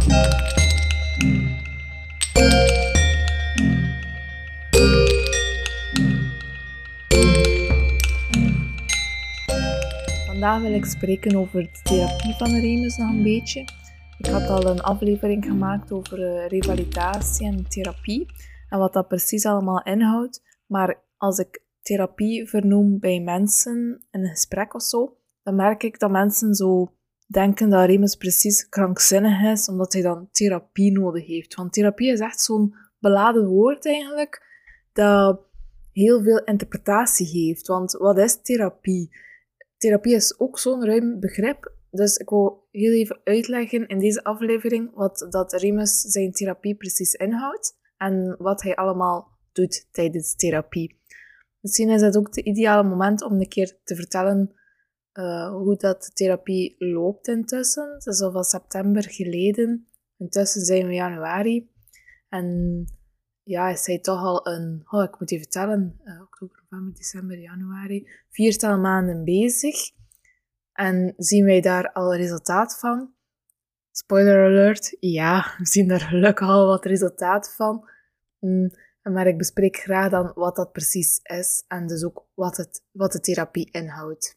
Vandaag wil ik spreken over de therapie van Remus nog een beetje. Ik had al een aflevering gemaakt over revalidatie en therapie en wat dat precies allemaal inhoudt. Maar als ik therapie vernoem bij mensen in een gesprek of zo, dan merk ik dat mensen zo denken dat Remus precies krankzinnig is, omdat hij dan therapie nodig heeft. Want therapie is echt zo'n beladen woord eigenlijk, dat heel veel interpretatie heeft. Want wat is therapie? Therapie is ook zo'n ruim begrip, dus ik wil heel even uitleggen in deze aflevering wat dat Remus zijn therapie precies inhoudt en wat hij allemaal doet tijdens therapie. Misschien is het ook het ideale moment om een keer te vertellen hoe dat de therapie loopt intussen. Het is al van september geleden, intussen zijn we januari en ja, is hij toch al ik moet even tellen, oktober, november, december, januari, 4 maanden bezig. En zien wij daar al resultaat van? Spoiler alert, ja, we zien daar gelukkig al wat resultaat van. Maar ik bespreek graag dan wat dat precies is en dus ook wat de therapie inhoudt.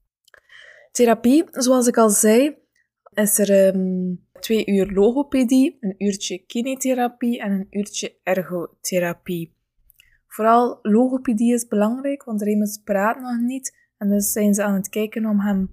Therapie, zoals ik al zei, is er 2 uur logopedie, een uurtje kinetherapie en een uurtje ergotherapie. Vooral logopedie is belangrijk, want Remus praat nog niet. En dus zijn ze aan het kijken om hem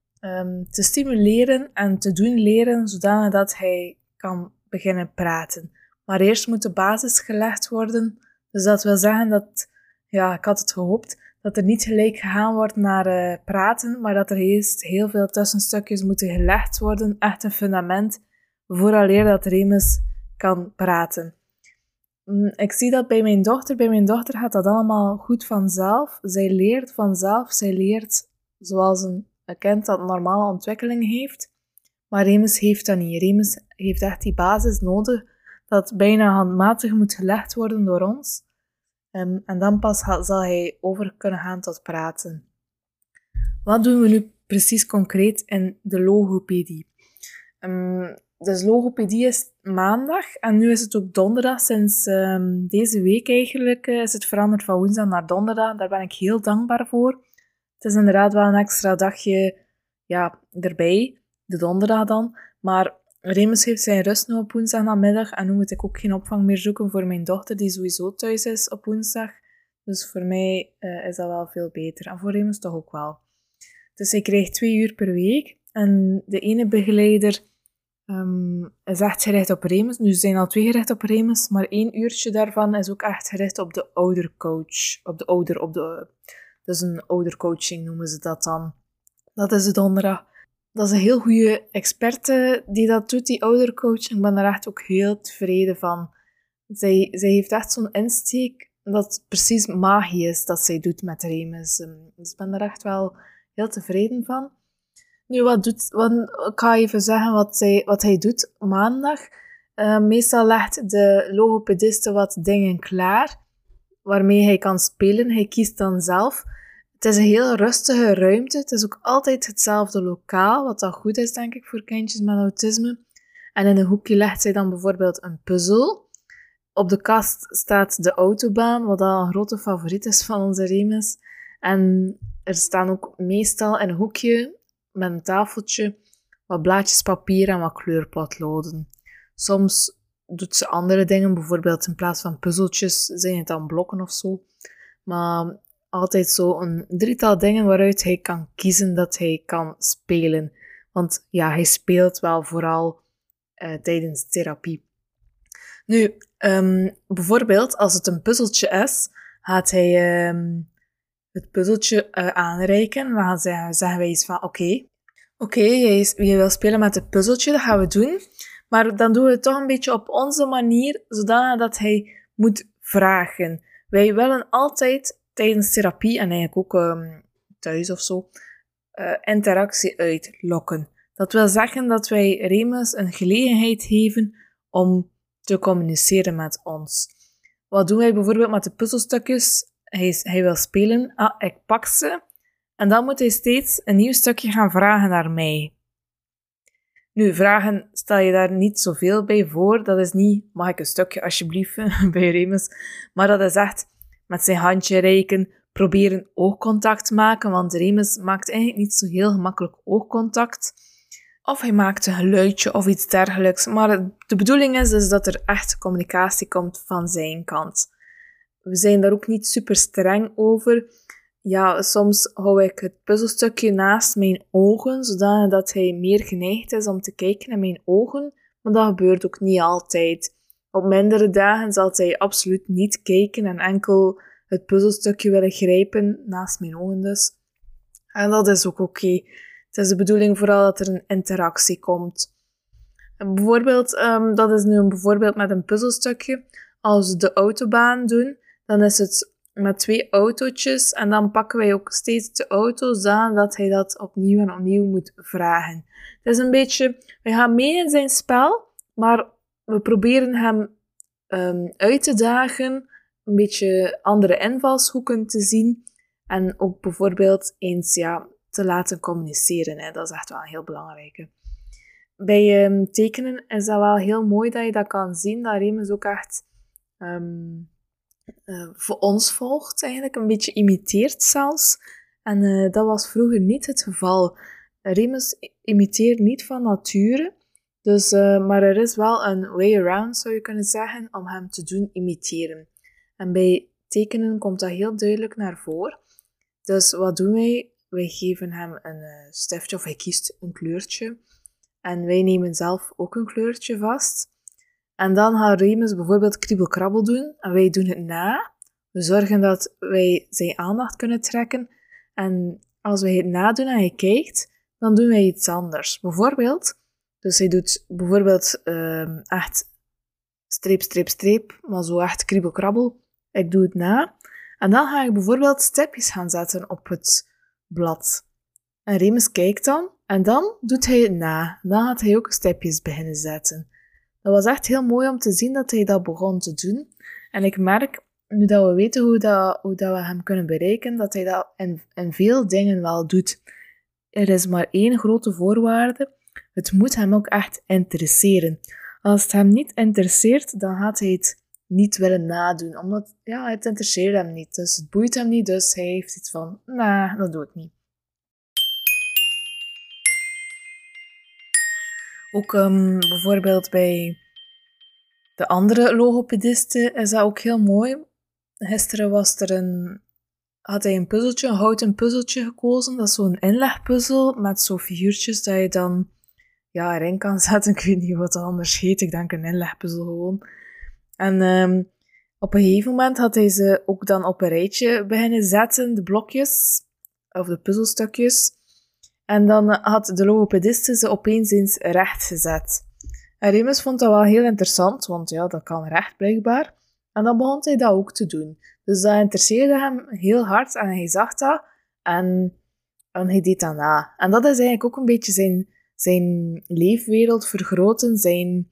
te stimuleren en te doen leren, zodat hij kan beginnen praten. Maar eerst moet de basis gelegd worden. Dus dat wil zeggen dat, ik had het gehoopt, dat er niet gelijk gegaan wordt naar praten, maar dat er eerst heel veel tussenstukjes moeten gelegd worden, echt een fundament, vooraleer dat Remus kan praten. Ik zie dat bij mijn dochter. Bij mijn dochter gaat dat allemaal goed vanzelf. Zij leert vanzelf. Zij leert zoals een kind dat normale ontwikkeling heeft. Maar Remus heeft dat niet. Remus heeft echt die basis nodig dat bijna handmatig moet gelegd worden door ons. En dan pas zal hij over kunnen gaan tot praten. Wat doen we nu precies concreet in de logopedie? Dus logopedie is maandag en nu is het ook donderdag. Sinds deze week eigenlijk is het veranderd van woensdag naar donderdag. Daar ben ik heel dankbaar voor. Het is inderdaad wel een extra dagje erbij, de donderdag dan. Maar Remus heeft zijn rust nu op woensdagnamiddag en nu moet ik ook geen opvang meer zoeken voor mijn dochter die sowieso thuis is op woensdag. Dus voor mij is dat wel veel beter en voor Remus toch ook wel. Dus hij krijgt 2 uur per week en de ene begeleider is echt gericht op Remus. Nu zijn al 2 gericht op Remus, maar 1 uurtje daarvan is ook echt gericht op de oudercoach. Dus een oudercoaching noemen ze dat dan. Dat is de donderdag. Dat is een heel goede experte die dat doet, die oudercoach. Ik ben daar echt ook heel tevreden van. Zij heeft echt zo'n insteek dat precies magie is dat zij doet met Remus. Dus ik ben daar echt wel heel tevreden van. Nu, ik ga even zeggen wat hij doet maandag. Meestal legt de logopediste wat dingen klaar, waarmee hij kan spelen. Hij kiest dan zelf. Het is een heel rustige ruimte. Het is ook altijd hetzelfde lokaal, wat dan goed is, denk ik, voor kindjes met autisme. En in een hoekje legt zij dan bijvoorbeeld een puzzel. Op de kast staat de autobaan, wat al een grote favoriet is van onze Remus. En er staan ook meestal in een hoekje met een tafeltje wat blaadjes papier en wat kleurpotloden. Soms doet ze andere dingen, bijvoorbeeld in plaats van puzzeltjes zijn het dan blokken of zo. Maar altijd zo een 3-tal dingen waaruit hij kan kiezen dat hij kan spelen. Want ja, hij speelt wel vooral tijdens therapie. Nu, bijvoorbeeld als het een puzzeltje is, gaat hij het puzzeltje aanreiken. Dan gaan zeggen wij iets van, oké, je wil spelen met het puzzeltje, dat gaan we doen. Maar dan doen we het toch een beetje op onze manier, zodat hij moet vragen. Wij willen altijd tijdens therapie, en eigenlijk ook thuis of zo, interactie uitlokken. Dat wil zeggen dat wij Remus een gelegenheid geven om te communiceren met ons. Wat doen wij bijvoorbeeld met de puzzelstukjes? Hij wil spelen. Ik pak ze. En dan moet hij steeds een nieuw stukje gaan vragen naar mij. Nu, vragen stel je daar niet zoveel bij voor. Dat is niet, mag ik een stukje alsjeblieft, bij Remus. Maar dat is echt met zijn handje reiken, proberen oogcontact te maken. Want Remus maakt eigenlijk niet zo heel gemakkelijk oogcontact. Of hij maakt een geluidje of iets dergelijks. Maar de bedoeling is dus dat er echt communicatie komt van zijn kant. We zijn daar ook niet super streng over. Ja, soms hou ik het puzzelstukje naast mijn ogen, zodat hij meer geneigd is om te kijken naar mijn ogen. Maar dat gebeurt ook niet altijd. Op mindere dagen zal hij absoluut niet kijken en enkel het puzzelstukje willen grijpen, naast mijn ogen dus. En dat is ook oké. Het is de bedoeling vooral dat er een interactie komt. En bijvoorbeeld, dat is nu een voorbeeld met een puzzelstukje. Als we de autobaan doen, dan is het met 2 autootjes en dan pakken wij ook steeds de auto's zodat hij dat opnieuw en opnieuw moet vragen. Het is een beetje, we gaan mee in zijn spel, maar we proberen hem uit te dagen, een beetje andere invalshoeken te zien en ook bijvoorbeeld eens te laten communiceren. Hè. Dat is echt wel een heel belangrijke. Bij tekenen is dat wel heel mooi dat je dat kan zien, dat Remus ook echt voor ons volgt, eigenlijk een beetje imiteert zelfs. En dat was vroeger niet het geval. Remus imiteert niet van nature, dus, maar er is wel een way around, zou je kunnen zeggen, om hem te doen imiteren. En bij tekenen komt dat heel duidelijk naar voren. Dus wat doen wij? Wij geven hem een stiftje, of hij kiest een kleurtje. En wij nemen zelf ook een kleurtje vast. En dan gaat Remus bijvoorbeeld kriebelkrabbel doen. En wij doen het na. We zorgen dat wij zijn aandacht kunnen trekken. En als wij het nadoen en hij kijkt, dan doen wij iets anders. Bijvoorbeeld, dus hij doet bijvoorbeeld echt streep, streep, streep. Maar zo echt kriebelkrabbel. Ik doe het na. En dan ga ik bijvoorbeeld stipjes gaan zetten op het blad. En Remus kijkt dan. En dan doet hij het na. Dan gaat hij ook stipjes beginnen zetten. Dat was echt heel mooi om te zien dat hij dat begon te doen. En ik merk, nu dat we weten hoe dat we hem kunnen bereiken, dat hij dat in veel dingen wel doet. Er is maar één grote voorwaarde. Het moet hem ook echt interesseren. Als het hem niet interesseert, dan gaat hij het niet willen nadoen. Omdat, het interesseert hem niet. Dus het boeit hem niet. Dus hij heeft iets van, dat doe ik niet. Ook bijvoorbeeld bij de andere logopedisten is dat ook heel mooi. Gisteren had hij een puzzeltje, een houten puzzeltje gekozen. Dat is zo'n inlegpuzzel met zo figuurtjes dat je dan erin kan zetten. Ik weet niet wat dat anders heet. Ik denk een inlegpuzzel gewoon. En op een gegeven moment had hij ze ook dan op een rijtje beginnen zetten, de blokjes of de puzzelstukjes. En dan had de logopediste ze opeens eens recht gezet. En Remus vond dat wel heel interessant, want dat kan recht blijkbaar. En dan begon hij dat ook te doen. Dus dat interesseerde hem heel hard en hij zag dat en hij deed dat na. En dat is eigenlijk ook een beetje zijn leefwereld vergroten, zijn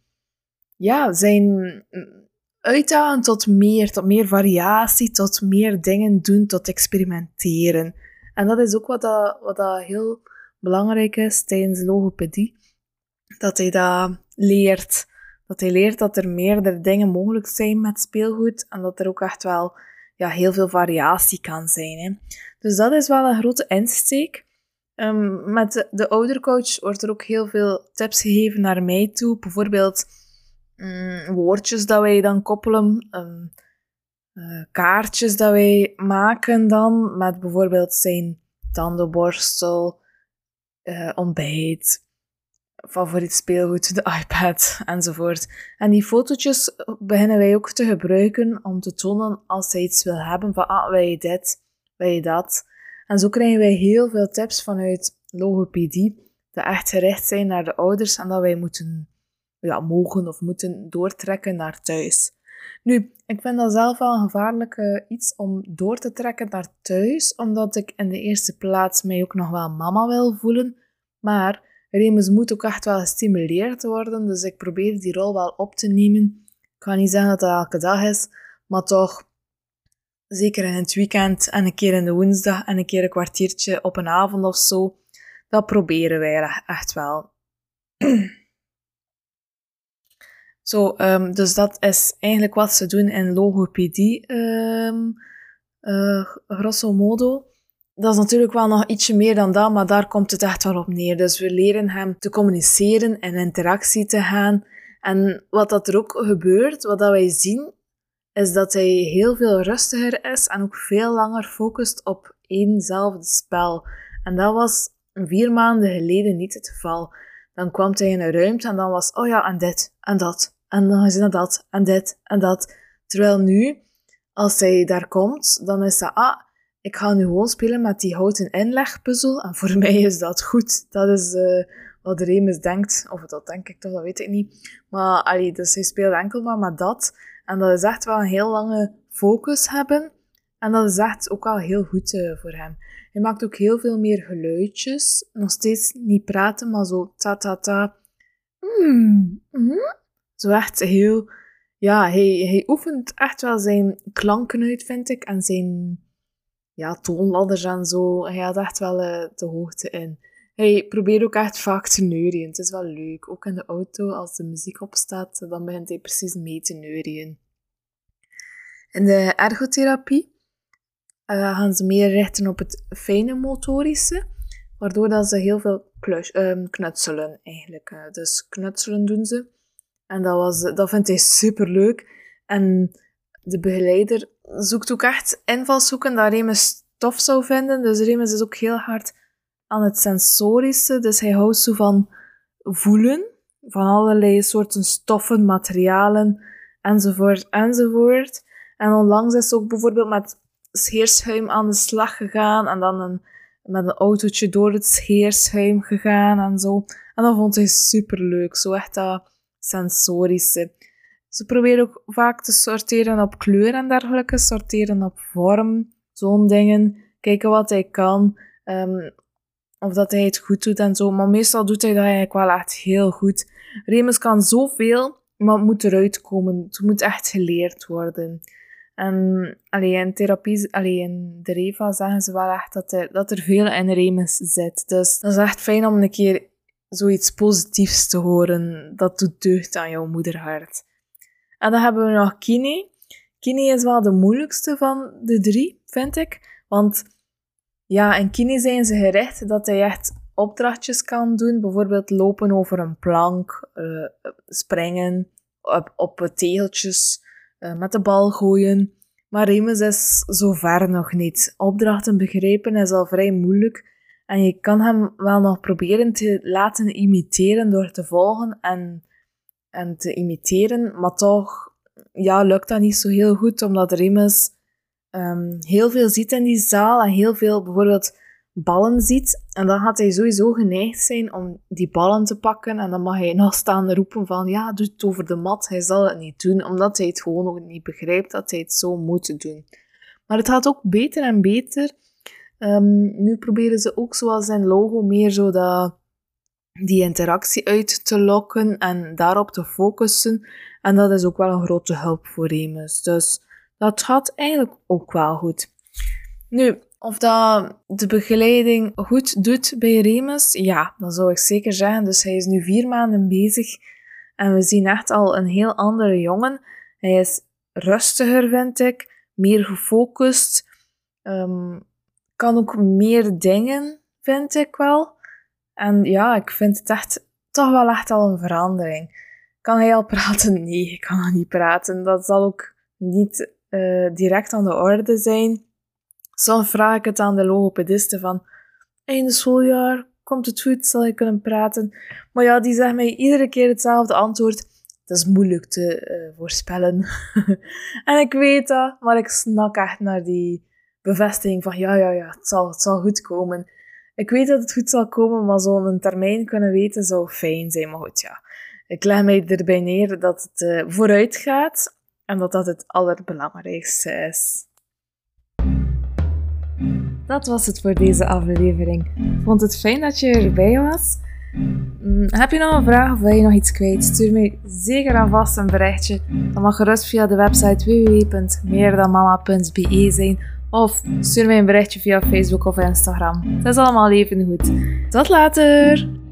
uitdagen tot meer variatie, tot meer dingen doen, tot experimenteren. En dat is ook wat dat heel belangrijk is tijdens logopedie. Dat hij dat leert. Dat hij leert dat er meerdere dingen mogelijk zijn met speelgoed. En dat er ook echt wel heel veel variatie kan zijn. Hè. Dus dat is wel een grote insteek. Met de oudercoach wordt er ook heel veel tips gegeven naar mij toe. Bijvoorbeeld woordjes dat wij dan koppelen. Kaartjes dat wij maken dan. Met bijvoorbeeld zijn tandenborstel, ontbijt, favoriet speelgoed, de iPad enzovoort. En die fotootjes beginnen wij ook te gebruiken om te tonen als hij iets wil hebben van wil je dit, wil je dat. En zo krijgen wij heel veel tips vanuit logopedie die echt gericht zijn naar de ouders en dat wij mogen of moeten doortrekken naar thuis. Nu, ik vind dat zelf wel een gevaarlijk iets om door te trekken naar thuis, omdat ik in de eerste plaats mij ook nog wel mama wil voelen. Maar Remus moet ook echt wel gestimuleerd worden, dus ik probeer die rol wel op te nemen. Ik ga niet zeggen dat dat elke dag is, maar toch zeker in het weekend en een keer in de woensdag en een keer een kwartiertje op een avond of zo. Dat proberen wij echt wel. Dus dat is eigenlijk wat ze doen in logopedie, grosso modo. Dat is natuurlijk wel nog ietsje meer dan dat, maar daar komt het echt wel op neer. Dus we leren hem te communiceren en in interactie te gaan. En wat dat er ook gebeurt, wat dat wij zien, is dat hij heel veel rustiger is en ook veel langer focust op éénzelfde spel. En dat was 4 maanden geleden niet het geval. Dan kwam hij in een ruimte en dan was, oh ja, en dit, en dat. En dan is het dat, en dit, en dat. Terwijl nu, als hij daar komt, dan is dat, ik ga nu gewoon spelen met die houten inlegpuzzel. En voor mij is dat goed. Dat is wat Remus denkt. Of dat denk ik toch, dat weet ik niet. Maar, dus hij speelt enkel maar met dat. En dat is echt wel een heel lange focus hebben. En dat is echt ook wel heel goed voor hem. Hij maakt ook heel veel meer geluidjes. Nog steeds niet praten, maar zo ta-ta-ta. Zo echt heel... Ja, hij oefent echt wel zijn klanken uit, vind ik. En zijn toonladders en zo. Hij had echt wel de hoogte in. Hij probeert ook echt vaak te neurien. Het is wel leuk. Ook in de auto, als de muziek opstaat, dan begint hij precies mee te neurien. In de ergotherapie gaan ze meer richten op het fijne motorische, waardoor dat ze heel veel knutselen eigenlijk. Dus knutselen doen ze. En dat vindt hij superleuk. En de begeleider zoekt ook echt invalshoeken dat Remus tof zou vinden. Dus Remus is ook heel hard aan het sensorische. Dus hij houdt zo van voelen, van allerlei soorten stoffen, materialen, enzovoort, enzovoort. En onlangs is ze ook bijvoorbeeld met scheerschuim aan de slag gegaan en dan met een autootje door het scheerschuim gegaan en zo. En dat vond hij superleuk, zo echt dat sensorische. Ze proberen ook vaak te sorteren op kleur en dergelijke, sorteren op vorm, zo'n dingen, kijken wat hij kan, of dat hij het goed doet en zo. Maar meestal doet hij dat eigenlijk wel echt heel goed. Remus kan zoveel, maar het moet eruit komen. Het moet echt geleerd worden. En in therapie, in de Reva zeggen ze wel echt dat er veel in Remus zit. Dus dat is echt fijn om een keer zoiets positiefs te horen. Dat doet deugd aan jouw moederhart. En dan hebben we nog Kine. Kine is wel de moeilijkste van de 3, vind ik. Want in Kine zijn ze gericht dat hij echt opdrachtjes kan doen. Bijvoorbeeld lopen over een plank, springen, op tegeltjes, met de bal gooien. Maar Remus is zover nog niet. Opdrachten begrijpen is al vrij moeilijk. En je kan hem wel nog proberen te laten imiteren door te volgen en te imiteren. Maar toch lukt dat niet zo heel goed, omdat Remus heel veel ziet in die zaal en heel veel bijvoorbeeld ballen ziet. En dan gaat hij sowieso geneigd zijn om die ballen te pakken. En dan mag hij nog staan roepen van, doe het over de mat. Hij zal het niet doen, omdat hij het gewoon ook niet begrijpt dat hij het zo moet doen. Maar het gaat ook beter en beter. Nu proberen ze ook zoals zijn logo meer zo die interactie uit te lokken en daarop te focussen. En dat is ook wel een grote hulp voor Remus. Dus dat gaat eigenlijk ook wel goed. Nu, of dat de begeleiding goed doet bij Remus, dat zou ik zeker zeggen. Dus hij is nu 4 maanden bezig en we zien echt al een heel andere jongen. Hij is rustiger, vind ik, meer gefocust, kan ook meer dingen, vind ik wel. En ik vind het echt toch wel echt al een verandering. Kan hij al praten? Nee, ik kan nog niet praten. Dat zal ook niet direct aan de orde zijn. Soms vraag ik het aan de logopediste van, einde schooljaar, komt het goed, zal ik kunnen praten? Maar die zegt mij iedere keer hetzelfde antwoord. Dat is moeilijk te voorspellen. En ik weet dat, maar ik snak echt naar die bevestiging van, het zal goed komen. Ik weet dat het goed zal komen, maar zo'n termijn kunnen weten zou fijn zijn. Maar goed, ik leg mij erbij neer dat het vooruit gaat en dat dat het allerbelangrijkste is. Dat was het voor deze aflevering. Vond het fijn dat je erbij was? Heb je nog een vraag of wil je nog iets kwijt? Stuur mij zeker en vast een berichtje. Dat mag gerust via de website www.meerdanmama.be zijn. Of stuur mij een berichtje via Facebook of Instagram. Het is allemaal even goed. Tot later!